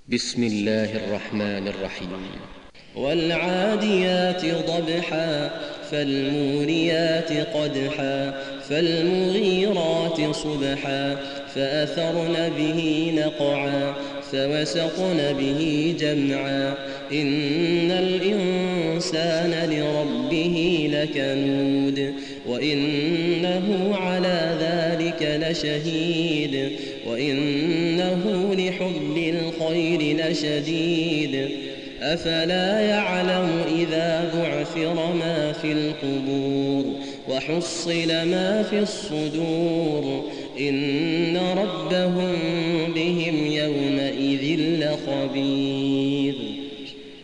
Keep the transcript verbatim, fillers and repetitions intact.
بسم الله الرحمن الرحيم. والعاديات ضبحا فالموريات قدحا فالمغيرات صبحا فأثرن به نقعا فوسطن به جمعا إن الإنسان لربه لكنود وإنه على ذلك لشهيد وإنه لحب الخير لشديد أفلا يعلم إذا بعثر ما في القبور وحصل ما في الصدور إن ربهم بهم يومئذ لخبير.